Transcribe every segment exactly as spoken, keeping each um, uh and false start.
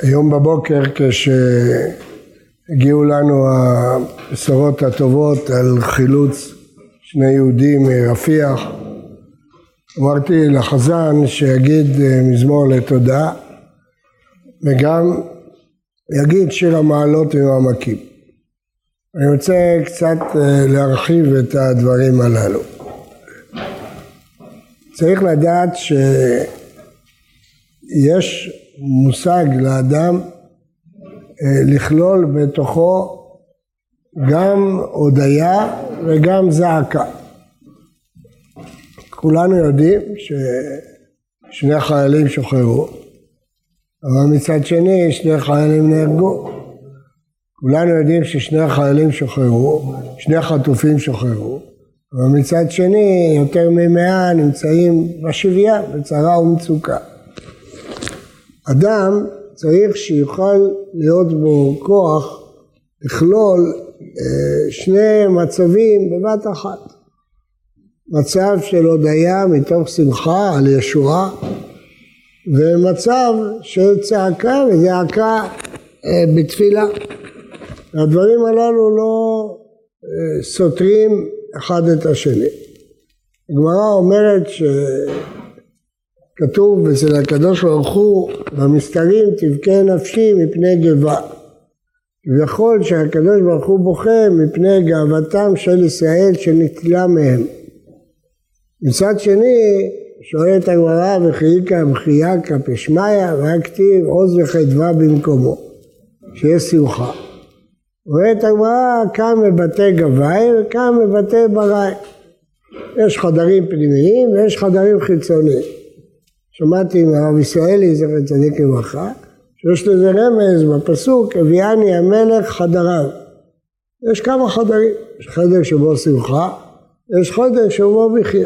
היום בבוקר כשהגיעו לנו הבשורות הטובות על חילוץ שני יהודים מרפיח, אמרתי לחזן שיגיד מזמור לתודה וגם יגיד שיר המעלות ומעמקים. אני רוצה קצת להרחיב את הדברים הללו. צריך לדעת שיש מושג לאדם לכלול בתוכו גם הודיה וגם זעקה. כולנו יודעים ששני חיילים שוחררו, אבל מצד שני שני חיילים נהרגו. כולנו יודעים ששני החיילים שוחררו, שני חטופים שוחררו, אבל מצד שני יותר ממאה נמצאים בשביה, בצרה ומצוקה. אדם צריך שיוכל להיות בו כוח לכלול שני מצבים בבת אחת. מצב של הודיה מתוך שמחה על ישועה, ומצב של צעקה וזעקה בתפילה. הדברים הללו לא סותרים אחד את השני. הגמרא אומרת שכתוב אצל הקדוש ברוך הוא במסתרים תבכה נפשי מפני גאווה. ויכול שהקדוש ברוך הוא בוכה מפני גאוותם של ישראל שנטלה מהם. מצד שני שואלת הגמרא וחייקה בכייה כפשמיה והכתיב עוז וחדווה במקומו שיש שמחה. אומרת הגמרא כאן מבטא גבאי וכאן מבטא בראי. יש חדרים פנימיים ויש חדרים חיצוניים. שמעתי מהרב ישראלי זכר צדיק לברכה שיש לזה רמז בפסוק הביאני המלך חדריו. יש כמה חדרים, יש חדר שבו שמחה, יש חדר שבו בכייה.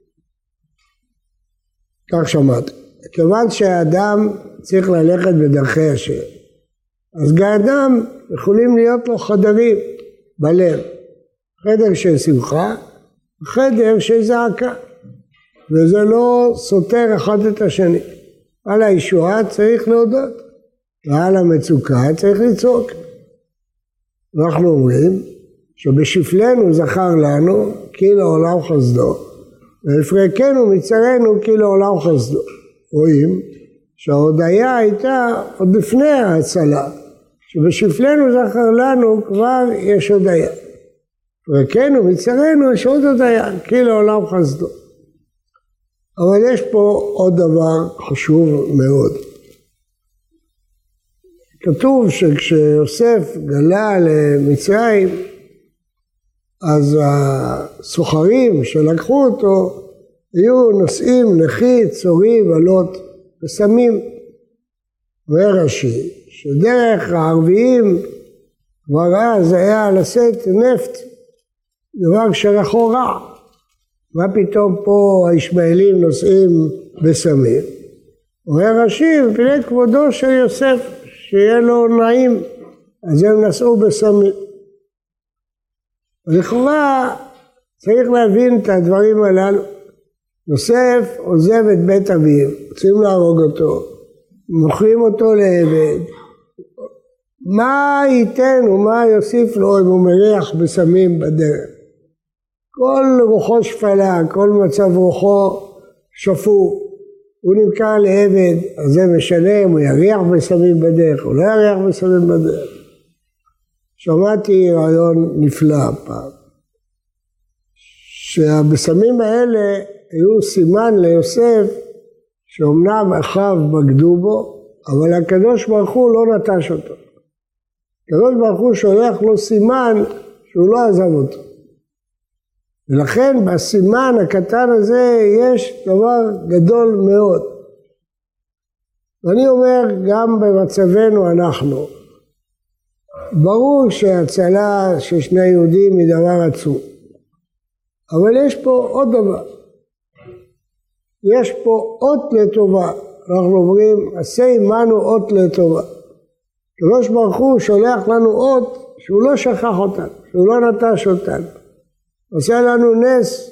כך שמעתי. כיוון שהאדם צריך ללכת בדרכי השם, אז גם יכולים להיות לו חדרים בלב. חדר של שמחה, חדר של זעקה. וזה לא סותר אחד את השני. על הישועה צריך להודות, ועל המצוקה צריך לצעוק. אנחנו אומרים שבשפלנו זכר לנו כי לעולם חסדו, ולפרקנו מצרנו כי לעולם חסדו. רואים שההודיה הייתה עוד לפני ההצלה, שבשפלנו זכר לנו כבר יש הודיה. פרקנו מצרנו יש עוד הודיה כי לעולם חסדו. אבל יש פה עוד דבר חשוב מאוד. כתוב שכשיוסף גלה למצרים, אז הסוחרים שלקחו אותו היו נושאים לחי, צורי, ולות וסמים. ורש"י שדרך הערביים כבר אז היה לשאת נפט, דבר שרחו רע. מה פתאום פה הישמעאלים נושאים בסמים? אומר רש"י, מפני כבודו של יוסף, שיהיה לו נעים, אז הם נסעו בסמים. לכאורה צריך להבין את הדברים הללו. יוסף עוזב את בית אביו, רוצים להרוג אותו, מוכרים אותו לעבד. מה ייתן ומה יוסיף לו אם הוא מריח בסמים בדרך? כל רוחו שפלה, כל מצב רוחו שפוא. הוא נמכר לעבד, אז זה משנה אם הוא יריח בסמים בדרך, או לא יריח בסמים בדרך. שמעתי רעיון נפלא פעם, שהבסמים האלה היו סימן ליוסף, שאומנם אחיו בגדו בו, אבל הקדוש ברוך הוא לא נטש אותו. הקדוש ברוך הוא שולח לו סימן שהוא לא עזב אותו. ולכן בסימן הקטן הזה יש דבר גדול מאוד. ואני אומר גם במצבנו אנחנו, ברור שהצלה של שני יהודים היא דבר עצום. אבל יש פה עוד דבר. יש פה אות לטובה. אנחנו אומרים, עשה עמנו אות לטובה. הקדוש ברוך הוא שולח לנו אות שהוא לא שכח אותנו, שהוא לא נטש אותנו. עושה לנו נס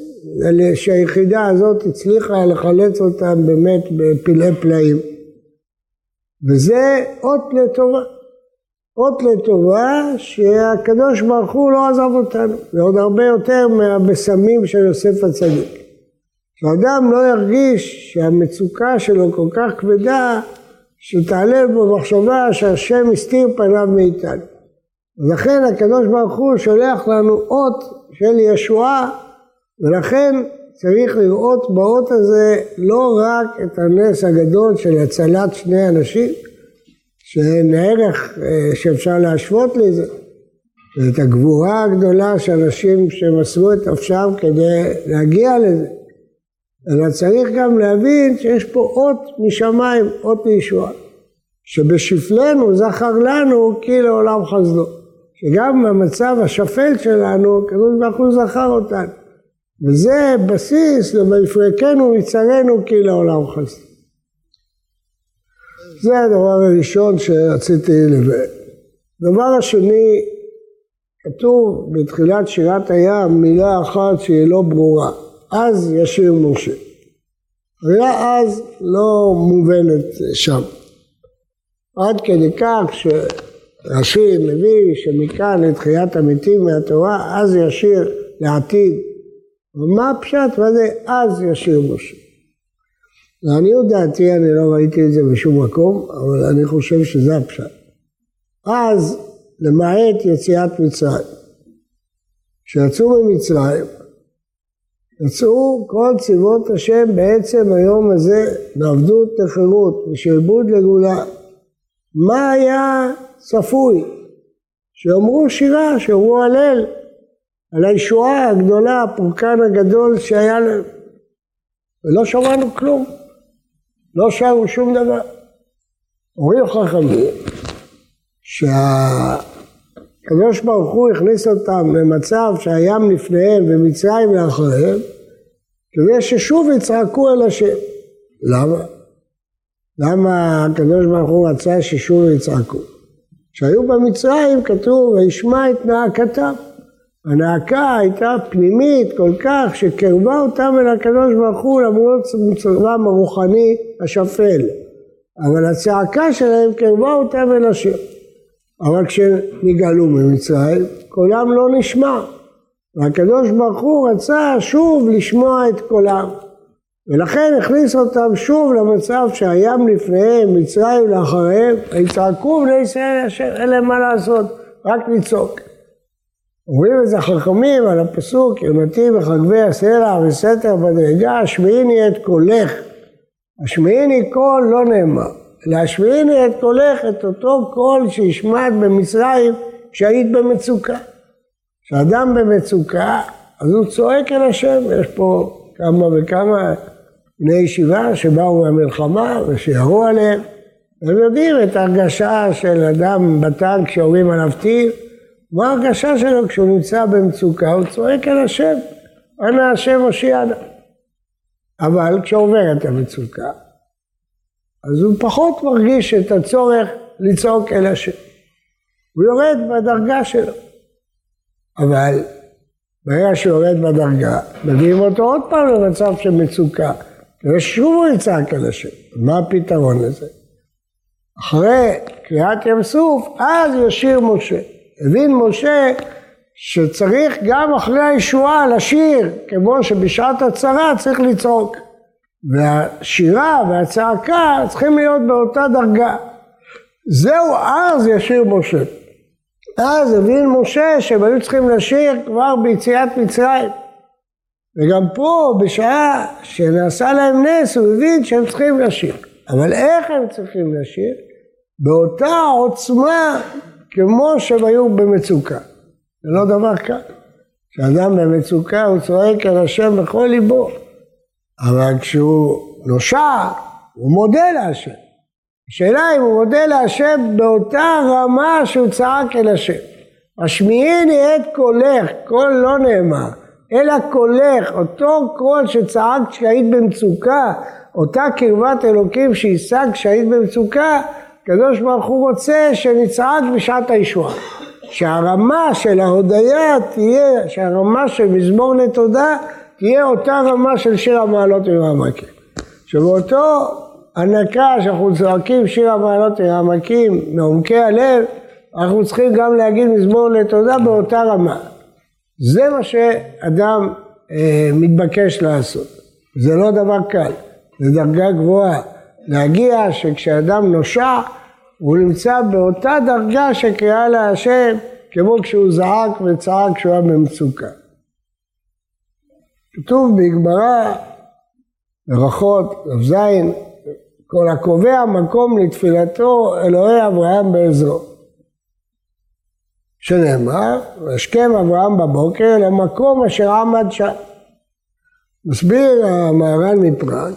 שהיחידה הזאת הצליחה לחלץ אותם באמת בפלאי פלאים. וזה אות לטובה. אות לטובה שהקדוש ברוך הוא לא עזב אותנו, ועוד הרבה יותר מהבשמים של יוסף הצדיק. שאדם לא ירגיש שהמצוקה שלו כל כך כבדה, שתעלה בו מחשבה שהשם הסתיר פניו מאיתנו. ולכן הקדוש ברוך הוא שולח לנו אות של ישועה, ולכן צריך לראות באות הזה לא רק את הנס הגדול של הצלת שני אנשים, שאין ערך שאפשר להשוות לזה, ואת הגבורה הגדולה של אנשים שמסרו את נפשם כדי להגיע לזה, אלא צריך גם להבין שיש פה אות משמיים, אות לישועה, שבשפלנו זכר לנו כי לעולם חסדו, שגם במצב השפל שלנו הקדוש ברוך הוא זכר אותנו, וזה בסיס למפרקנו מצרנו כי לעולם חסדו. זה הדבר הראשון שרציתי לבאר. הדבר השני, כתוב בתחילת שירת הים מילה אחת שהיא לא ברורה, אז ישיר משה. המילה אז לא מובנת שם. עד כדי כך שרש"י מביא שמכאן לתחיית המתים מהתורה, אז ישיר לעתיד. ומה הפשט? מה זה אז ישיר משה? לעניות דעתי, אני לא ראיתי את זה בשום מקום, אבל אני חושב שזה הפשט. אז, למעט יציאת מצרים, כשיצאו ממצרים, יצאו כל צבאות השם בעצם היום הזה, מעבדות לחירות ושעבוד לגאולה. מה היה צפוי? שאומרו שירה, שאומרו הלל, על הישועה הגדולה, הפורקן הגדול שהיה להם. ולא שמענו כלום. לא שרו שום דבר. אומרים חכמים שהקדוש ברוך הוא הכניס אותם למצב שהים לפניהם ומצרים לאחריהם, כדי ששוב יצעקו אל השם. למה? למה הקדוש ברוך הוא רצה ששוב יצעקו? כשהיו במצרים כתוב וישמע את נאקתם. הנאקה הייתה פנימית כל כך שקרבה אותם אל הקדוש ברוך הוא למרות מצבם הרוחני השפל. אבל הצעקה שלהם קרבה אותם אל השם. אבל כשנגאלו ממצרים, קולם לא נשמע. והקדוש ברוך הוא רצה שוב לשמוע את קולם. ולכן הכניס אותם שוב למצב שהים לפניהם, מצרים לאחריהם, יצעקו בני ישראל השם, אין להם מה לעשות, רק לצעוק. אומרים את זה חכמים על הפסוק, ימתי בחגבי הסלע וסתר בדרגה, השמיעיני את קולך. השמיעיני קול לא נאמר, אלא השמיעיני את קולך, את אותו קול שהשמעת במצרים כשהיית במצוקה. כשאדם במצוקה, אז הוא צועק אל השם, יש פה כמה וכמה בני ישיבה שבאו מהמלחמה ושירו עליהם, הם יודעים את ההרגשה של אדם בטנק כשאומרים עליו טיל, מה ההרגשה שלו כשהוא נמצא במצוקה? הוא צועק אל השם, אנא השם הושיענה. אבל כשעובר את המצוקה, אז הוא פחות מרגיש את הצורך לצעוק אל השם. הוא יורד בדרגה שלו. אבל ברגע שהוא יורד בדרגה, מביאים אותו עוד פעם למצב של מצוקה, ושוב הוא יצעק אל השם. מה הפתרון לזה? אחרי קריאת ים סוף, אז ישיר משה. הבין משה שצריך גם אחרי הישועה לשיר, כמו שבשעת הצרה צריך לצעוק. והשירה והצעקה צריכים להיות באותה דרגה. זהו אז ישיר משה. אז הבין משה שהם היו צריכים לשיר כבר ביציאת מצרים. וגם פה בשעה שנעשה להם נס הוא הבין שהם צריכים לשיר. אבל איך הם צריכים לשיר? באותה עוצמה כמו שהם היו במצוקה. זה לא דבר קל. כשאדם במצוקה הוא צועק על השם בכל ליבו. אבל כשהוא נושע הוא מודה להשם. השאלה אם הוא מודה להשם באותה רמה שהוא צעק אל השם. השמיעיני את קולך, קול לא נאמר, אלא קולך, אותו קול שצעק כשהיית במצוקה, אותה קרבת אלוקים שהשג כשהיית במצוקה, הקדוש ברוך הוא רוצה שנצעק בשעת הישועה. שהרמה של ההודיה תהיה, שהרמה של מזמור לתודה, תהיה אותה רמה של שיר המעלות ומעמקים. שבאותו הנקה שאנחנו צועקים שיר המעלות הרמקים מעומקי הלב, אנחנו צריכים גם להגיד מזמור לתודה באותה רמה. זה מה שאדם אה, מתבקש לעשות. זה לא דבר קל, זה דרגה גבוהה. להגיע שכשאדם נושע, הוא נמצא באותה דרגה שקריאה להשם, כמו כשהוא זעק וצעק כשהוא היה במצוקה. כתוב בגמרא, ברכות, דף זין, כל הקובע מקום לתפילתו אלוהי אברהם בעזרו. שנאמר, והשכם אברהם בבוקר למקום אשר עמד שם. מסביר המהר"ל מפראג,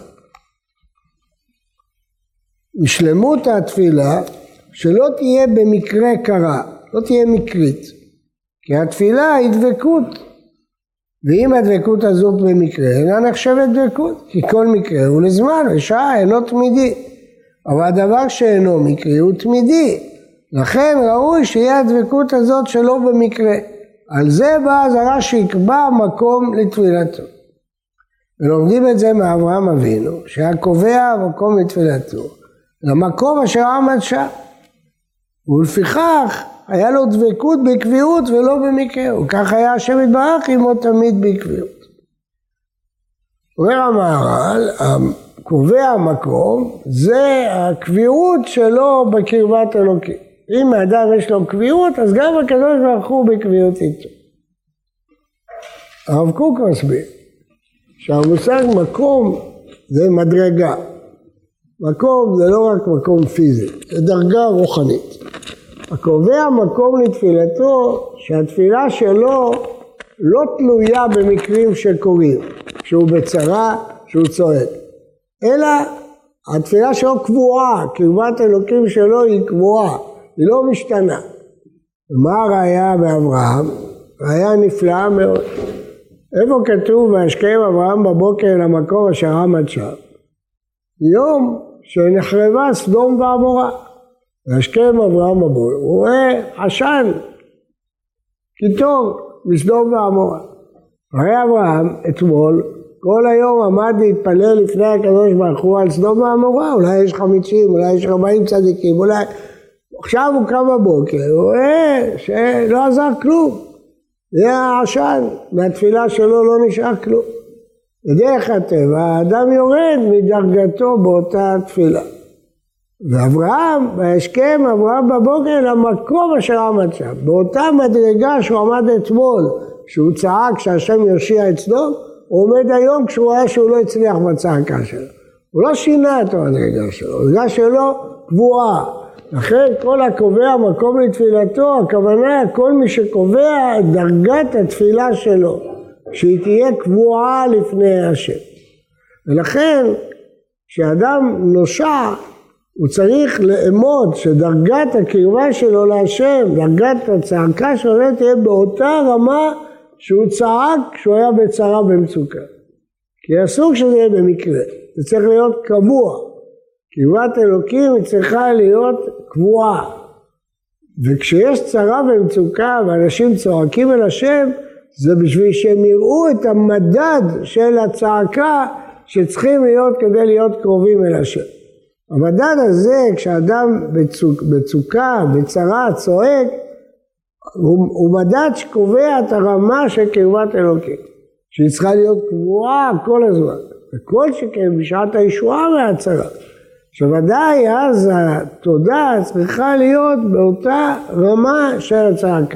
משלמות התפילה שלא תהיה במקרה קרה, לא תהיה מקרית, כי התפילה היא דבקות, ואם הדבקות הזאת במקרה אינה נחשבת דבקות, כי כל מקרה הוא לזמן ושעה, אינו תמידי, אבל הדבר שאינו מקרי הוא תמידי, לכן ראוי שיהיה הדבקות הזאת שלא במקרה. על זה בא הזרה שיקבע מקום לתפילתו. ולומדים את זה מאברהם אבינו, שהיה קובע מקום לתפילתו, למקום אשר עמד שם. ולפיכך היה לו דבקות בקביעות ולא במקרה. וכך היה השם יתברך עמו תמיד בקביעות. אומר המהר"ל, קובע מקום זה הקביעות שלו בקרבת אלוקים. אם האדם יש לו קביעות, אז גם הקדוש ברוך הוא בקביעות איתו. הרב קוק מסביר שהמושג מקום זה מדרגה. מקום זה לא רק מקום פיזי, זה דרגה רוחנית. הקובע מקום לתפילתו, שהתפילה שלו לא תלויה במקרים שקורים, שהוא בצרה, שהוא צועק, אלא התפילה שלו קבועה, קרבת אלוקים שלו היא קבועה, היא לא משתנה. מה הראיה באברהם? ראיה נפלאה מאוד. איפה כתוב והשכם אברהם בבוקר למקום אשר עמד שם? יום שנחרבה סדום ועמורה. והשכם אברהם בבוקר, הוא רואה עשן, קיטור מסדום ועמורה. הרי אברהם אתמול כל היום עמד להתפלל לפני הקדוש ברוך הוא על סדום ועמורה, אולי יש חמישים, אולי יש ארבעים צדיקים, אולי... עכשיו הוא קם בבוקר, הוא רואה שלא עזר כלום. זה העשן, מהתפילה שלו לא נשאר כלום. בדרך הטבע, האדם יורד מדרגתו באותה תפילה. ואברהם, בהשכם אברהם בבוקר למקום אשר עמד שם. באותה מדרגה שהוא עמד אתמול, שהוא צעק שהשם יושיע את סדום, הוא עומד היום כשהוא היה שהוא לא הצליח בצעקה שלו. הוא לא שינה את המדרגה שלו, המדרגה שלו קבועה. לכן כל הקובע מקום לתפילתו, הכוונה כל מי שקובע את דרגת התפילה שלו, שהיא תהיה קבועה לפני השם. ולכן כשאדם נושע, הוא צריך לאמוד שדרגת הקרבה שלו להשם, דרגת הצעקה שלו תהיה באותה רמה שהוא צעק כשהוא היה בצרה במצוקה. כי אסור שזה יהיה במקרה, זה צריך להיות קבוע. קרבת אלוקים היא צריכה להיות קבועה. וכשיש צרה ומצוקה ואנשים צועקים אל השם, זה בשביל שהם יראו את המדד של הצעקה שצריכים להיות כדי להיות קרובים אל השם. המדד הזה, כשאדם בצוק, בצוקה, בצרה, צועק, הוא, הוא מדד שקובע את הרמה של קרבת אלוקים, שהיא צריכה להיות קבועה כל הזמן, וכל שכן בשעת הישועה והצרה. שוודאי אז התודה צריכה להיות באותה רמה של הצעקה.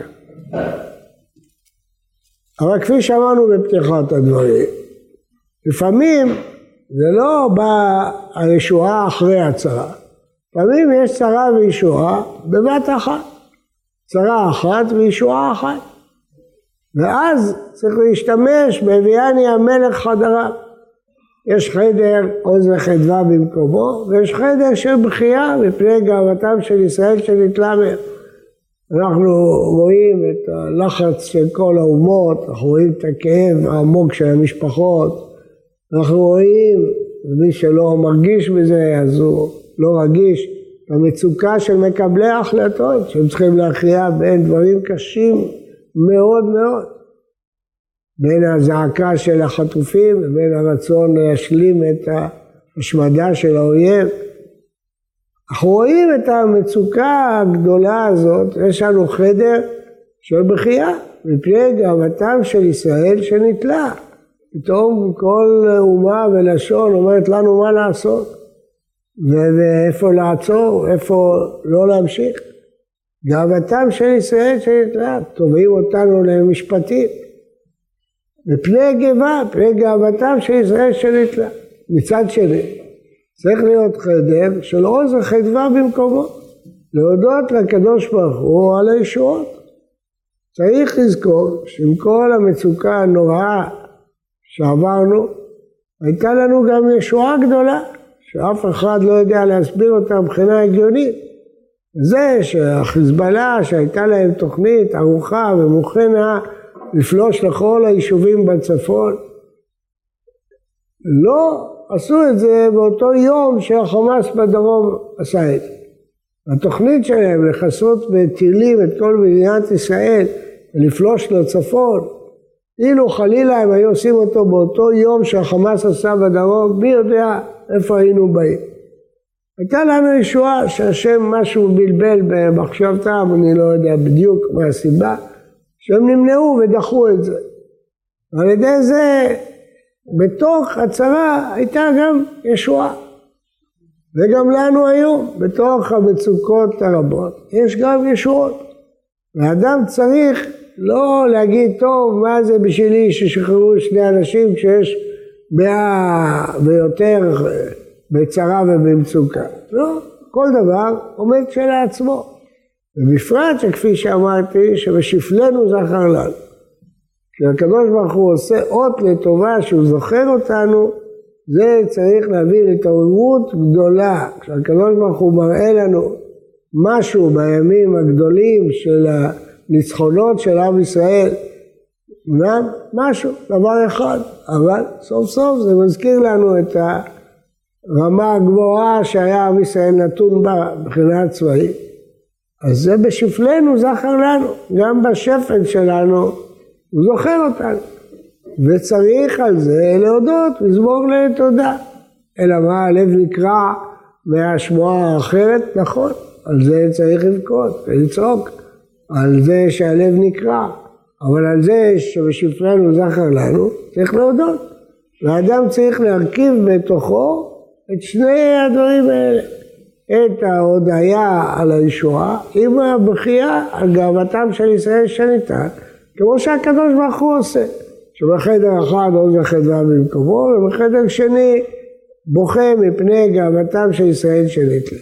אבל כפי שאמרנו בפתיחת הדברים, לפעמים זה לא בא הישועה אחרי הצרה. לפעמים יש צרה וישועה בבת אחת. צרה אחת וישועה אחת. ואז צריך להשתמש בהביאני המלך חדרה. יש חדר עוז וחדווה במקומו, ויש חדר של בחייה מפני גאוותם של ישראל שנתלה מהם. אנחנו רואים את הלחץ של כל האומות, אנחנו רואים את הכאב העמוק של המשפחות, אנחנו רואים, מי שלא מרגיש בזה, אז הוא לא רגיש, המצוקה של מקבלי ההחלטות, שהם צריכים להכריע בין דברים קשים מאוד מאוד. בין הזעקה של החטופים ובין הרצון להשלים את השמדה של האויב. אנחנו רואים את המצוקה הגדולה הזאת, יש לנו חדר של בכייה, מפני גאוותם של ישראל שנתלה. פתאום כל אומה ולשון אומרת לנו מה לעשות, ואיפה לעצור, איפה לא להמשיך. גאוותם של ישראל שנתלה, תובעים אותנו למשפטים. מפני גאווה, מפני גאוותם של ישראל שנתלה. מצד שני, צריך להיות חדר של עוז וחדווה במקומו, להודות לקדוש ברוך הוא על הישועות. צריך לזכור שעם כל המצוקה הנוראה שעברנו, הייתה לנו גם ישועה גדולה, שאף אחד לא יודע להסביר אותה מבחינה הגיונית. זה שהחיזבאללה שהייתה להם תוכנית ארוכה ומוכנה לפלוש לכל היישובים בצפון, לא עשו את זה באותו יום שהחמאס בדרום עשה את זה. התוכנית שלהם לחסות בטילים את כל מדינת ישראל ולפלוש לצפון, אילו חלילה הם היו עושים אותו באותו יום שהחמאס עשה בדרום, מי יודע איפה היינו באים. הייתה לנו ישועה שהשם משהו בלבל במחשבתם, אני לא יודע בדיוק מה הסיבה, שהם נמנעו ודחו את זה. על ידי זה, בתוך הצרה הייתה גם ישועה. וגם לנו היום, בתוך המצוקות הרבות, יש גם ישועות. והאדם צריך לא להגיד, טוב, מה זה בשבילי ששחררו שני אנשים כשיש מאה ויותר בצרה ובמצוקה. לא, כל דבר עומד שלעצמו. ובפרט שכפי שאמרתי, שבשפלנו זכר לנו. כשהקדוש ברוך הוא עושה אות לטובה שהוא זוכר אותנו, זה צריך להביא להתעוררות גדולה. כשהקדוש ברוך הוא מראה לנו משהו בימים הגדולים של הניצחונות של עם ישראל, גם משהו, דבר אחד, אבל סוף סוף זה מזכיר לנו את הרמה הגבוהה שהיה עם ישראל נתון בה מבחינה צבאית. אז זה בשפלנו זכר לנו, גם בשפל שלנו הוא זוכר אותנו. וצריך על זה להודות, לזמור לתודה. אלא מה, הלב נקרע מהשמועה האחרת, נכון, על זה צריך לבכות ולצעוק, על זה שהלב נקרע, אבל על זה שבשפלנו זכר לנו, צריך להודות. והאדם צריך להרכיב בתוכו את שני הדברים האלה. את ההודעה על הישועה, עם הבכייה על גאוותם של ישראל שניתן, כמו שהקדוש ברוך הוא עושה. שבחדר אחד עוז וחדווה במקומו, ובחדר שני בוכה מפני גאוותם של ישראל שניתן.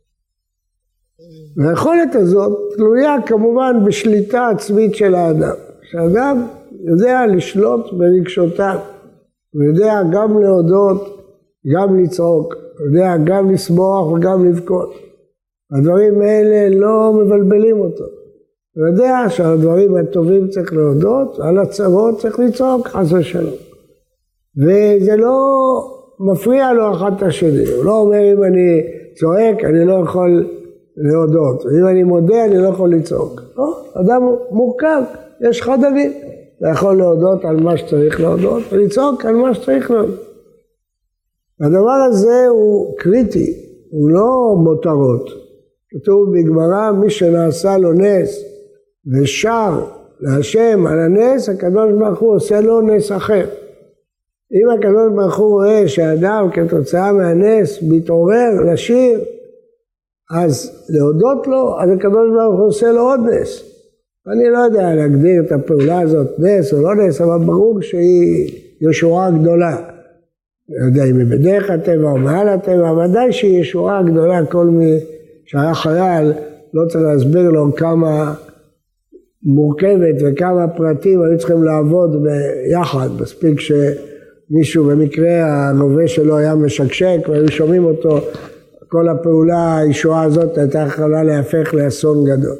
והיכולת הזאת תלויה כמובן בשליטה עצמית של האדם. שהאדם יודע לשלוט ברגשותיו, הוא יודע גם להודות, גם לצעוק, הוא יודע גם לשמוח וגם לבכות. הדברים האלה לא מבלבלים אותו. הוא יודע שעל הדברים הטובים צריך להודות, על הצרות צריך לצעוק חס ושלום. וזה לא מפריע לו אחד את השני. הוא לא אומר אם אני צועק אני לא יכול להודות, אם אני מודה אני לא יכול לצעוק. לא, אדם מורכב, יש חדרים. אתה יכול להודות על מה שצריך להודות ולצעוק על מה שצריך להודות. הדבר הזה הוא קריטי, הוא לא מותרות. כתוב בגמרא, מי שנעשה לו נס ושר להשם על הנס, הקדוש ברוך הוא עושה לו נס אחר. אם הקדוש ברוך הוא רואה שהאדם כתוצאה מהנס מתעורר לשיר, אז להודות לו, אז הקדוש ברוך הוא עושה לו עוד נס. אני לא יודע להגדיר את הפעולה הזאת נס או לא נס, אבל ברור שהיא ישועה גדולה. לא יודע אם היא בדרך הטבע או מעל הטבע, ודאי שהיא ישועה גדולה. כל מי שהיה חייל לא צריך להסביר לו כמה מורכבת וכמה פרטים היו צריכים לעבוד ביחד. מספיק שמישהו במקרה הנובע שלו היה משקשק והיו שומעים אותו, כל הפעולה, הישועה הזאת הייתה יכולה להפך לאסון גדול.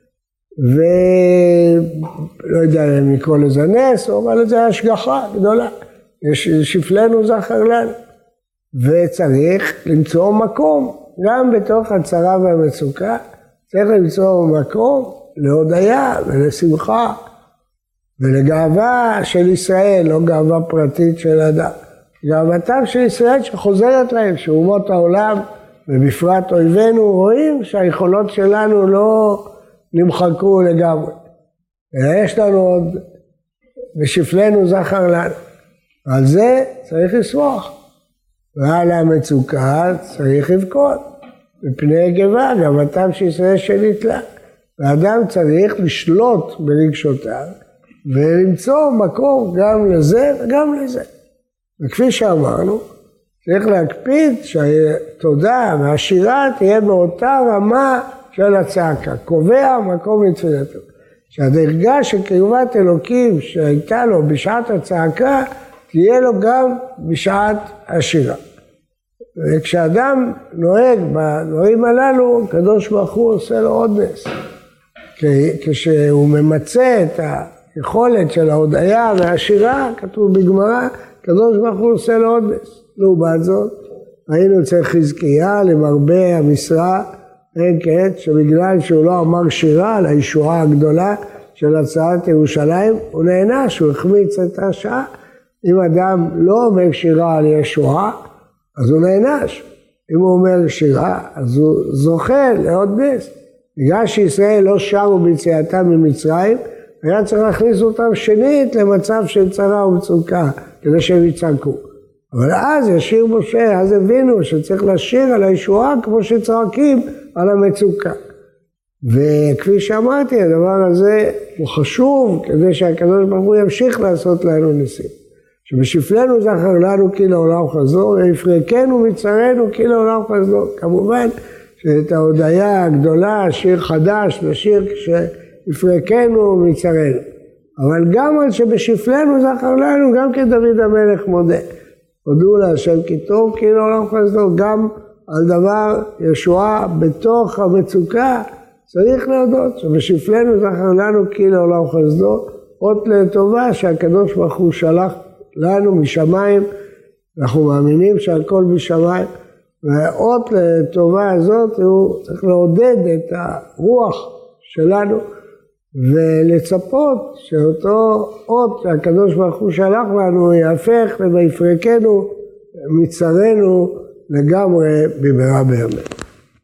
ולא יודע אם לקרוא לזה נס, אבל לזה השגחה גדולה. יש שפלנו זכר לנו. וצריך למצוא מקום, גם בתוך הצרה והמצוקה, צריך למצוא מקום להודיה ולשמחה ולגאווה של ישראל, לא גאווה פרטית של אדם. גאוותם של ישראל שחוזרת להם, שאומות העולם ובפרט אויבינו רואים שהיכולות שלנו לא נמחקו לגמרי. יש לנו עוד בשפלנו זכר לנו. על זה צריך לשמוח. ועל המצוקה צריך לבכות. מפני גאווה, גאוותם של ישראל שנתלה. והאדם צריך לשלוט ברגשותיו ולמצוא מקום גם לזה וגם לזה. וכפי שאמרנו, צריך להקפיד שהתודה והשירה תהיה באותה רמה של הצעקה. קובע מקום לתפילתו. שהדרגה של קרבת אלוקים שהייתה לו בשעת הצעקה, תהיה לו גם בשעת השירה. וכשאדם נוהג בדברים הללו, הקדוש ברוך הוא עושה לו עוד נס. כשהוא ממצא את היכולת של ההודיה והשירה, כתוב בגמרא, הקדוש ברוך הוא עושה לו עוד נס. לעומת זאת, היינו אצל חזקיה למרבה המשרה, אין קט, שבגלל שהוא לא אמר שירה על הישועה הגדולה של הצעת ירושלים, הוא נענש, הוא החמיץ את השעה. אם אדם לא אומר שירה על ישועה, אז הוא נענש. אם הוא אומר שירה, אז הוא זוכה לעוד נס. בגלל שישראל לא שרו ביציאתם ממצרים, היה צריך להכניס אותם שנית למצב של צרה ומצוקה, כדי שהם יצעקו. אבל אז ישיר משה, אז הבינו שצריך לשיר על הישועה כמו שצועקים על המצוקה. וכפי שאמרתי, הדבר הזה הוא חשוב כדי שהקדוש ברוך הוא ימשיך לעשות לנו ניסים. שבשפלנו זכר לנו כי לעולם חזור, ויפרקנו מצרנו כי לעולם חזור. כמובן שאת ההודיה הגדולה, שיר חדש, נשיר כשיפרקנו מצרנו. אבל גם על שבשפלנו זכר לנו, גם כדוד המלך מודה. הודו להשם כי טוב כי לעולם חסדו, גם על דבר ישועה בתוך המצוקה צריך להודות שבשפלנו זכר לנו כי לעולם חסדו, אות לטובה שהקדוש ברוך הוא שלח לנו משמיים, אנחנו מאמינים שהכל משמיים, ואות לטובה הזאת הוא צריך לעודד את הרוח שלנו ולצפות שאותו אות שהקדוש ברוך הוא שלח לנו יהפך ויפרקנו מצרנו לגמרי במהרה בימינו.